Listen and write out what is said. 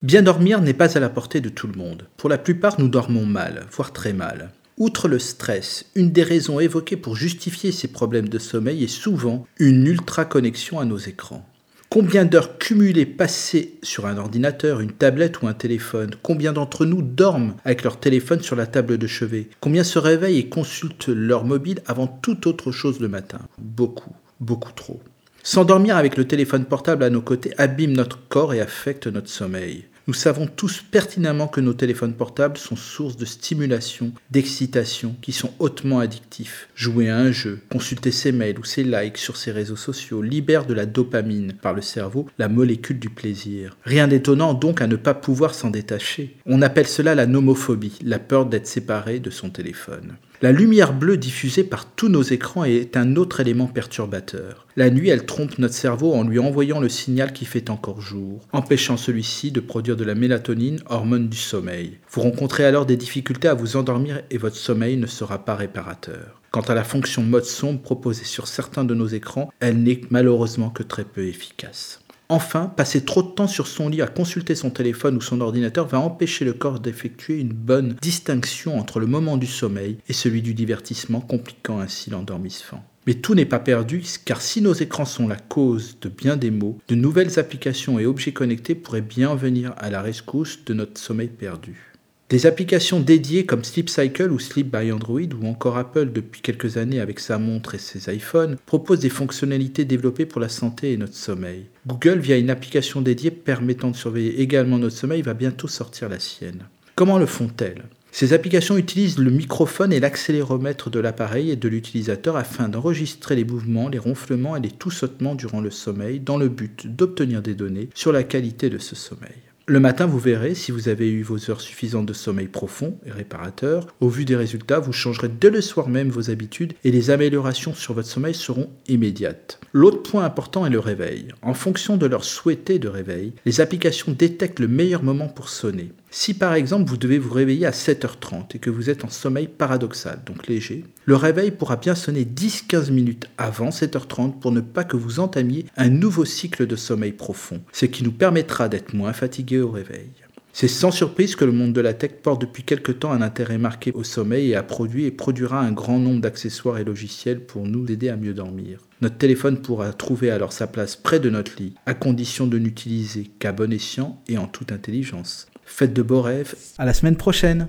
Bien dormir n'est pas à la portée de tout le monde. Pour la plupart, nous dormons mal, voire très mal. Outre le stress, une des raisons évoquées pour justifier ces problèmes de sommeil est souvent une ultra-connexion à nos écrans. Combien d'heures cumulées passées sur un ordinateur, une tablette ou un téléphone? Combien d'entre nous dorment avec leur téléphone sur la table de chevet? Combien se réveillent et consultent leur mobile avant toute autre chose le matin? Beaucoup, beaucoup trop. S'endormir avec le téléphone portable à nos côtés abîme notre corps et affecte notre sommeil. Nous savons tous pertinemment que nos téléphones portables sont source de stimulation, d'excitation, qui sont hautement addictifs. Jouer à un jeu, consulter ses mails ou ses likes sur ses réseaux sociaux libère de la dopamine par le cerveau, la molécule du plaisir. Rien d'étonnant donc à ne pas pouvoir s'en détacher. On appelle cela la nomophobie, la peur d'être séparé de son téléphone. La lumière bleue diffusée par tous nos écrans est un autre élément perturbateur. La nuit, elle trompe notre cerveau en lui envoyant le signal qu'il fait encore jour, empêchant celui-ci de produire de la mélatonine, hormone du sommeil. Vous rencontrez alors des difficultés à vous endormir et votre sommeil ne sera pas réparateur. Quant à la fonction mode sombre proposée sur certains de nos écrans, elle n'est malheureusement que très peu efficace. Enfin, passer trop de temps sur son lit à consulter son téléphone ou son ordinateur va empêcher le corps d'effectuer une bonne distinction entre le moment du sommeil et celui du divertissement, compliquant ainsi l'endormissement. Mais tout n'est pas perdu, car si nos écrans sont la cause de bien des maux, de nouvelles applications et objets connectés pourraient bien venir à la rescousse de notre sommeil perdu. Des applications dédiées comme Sleep Cycle ou Sleep by Android ou encore Apple depuis quelques années avec sa montre et ses iPhones proposent des fonctionnalités développées pour la santé et notre sommeil. Google, via une application dédiée permettant de surveiller également notre sommeil, va bientôt sortir la sienne. Comment le font-elles ? Ces applications utilisent le microphone et l'accéléromètre de l'appareil et de l'utilisateur afin d'enregistrer les mouvements, les ronflements et les toussotements durant le sommeil dans le but d'obtenir des données sur la qualité de ce sommeil. Le matin, vous verrez si vous avez eu vos heures suffisantes de sommeil profond et réparateur. Au vu des résultats, vous changerez dès le soir même vos habitudes et les améliorations sur votre sommeil seront immédiates. L'autre point important est le réveil. En fonction de leur souhaité de réveil, les applications détectent le meilleur moment pour sonner. Si par exemple vous devez vous réveiller à 7h30 et que vous êtes en sommeil paradoxal, donc léger, le réveil pourra bien sonner 10-15 minutes avant 7h30 pour ne pas que vous entamiez un nouveau cycle de sommeil profond, ce qui nous permettra d'être moins fatigués au réveil. C'est sans surprise que le monde de la tech porte depuis quelque temps un intérêt marqué au sommeil et a produit et produira un grand nombre d'accessoires et logiciels pour nous aider à mieux dormir. Notre téléphone pourra trouver alors sa place près de notre lit, à condition de n'utiliser qu'à bon escient et en toute intelligence. Faites de beaux rêves, à la semaine prochaine!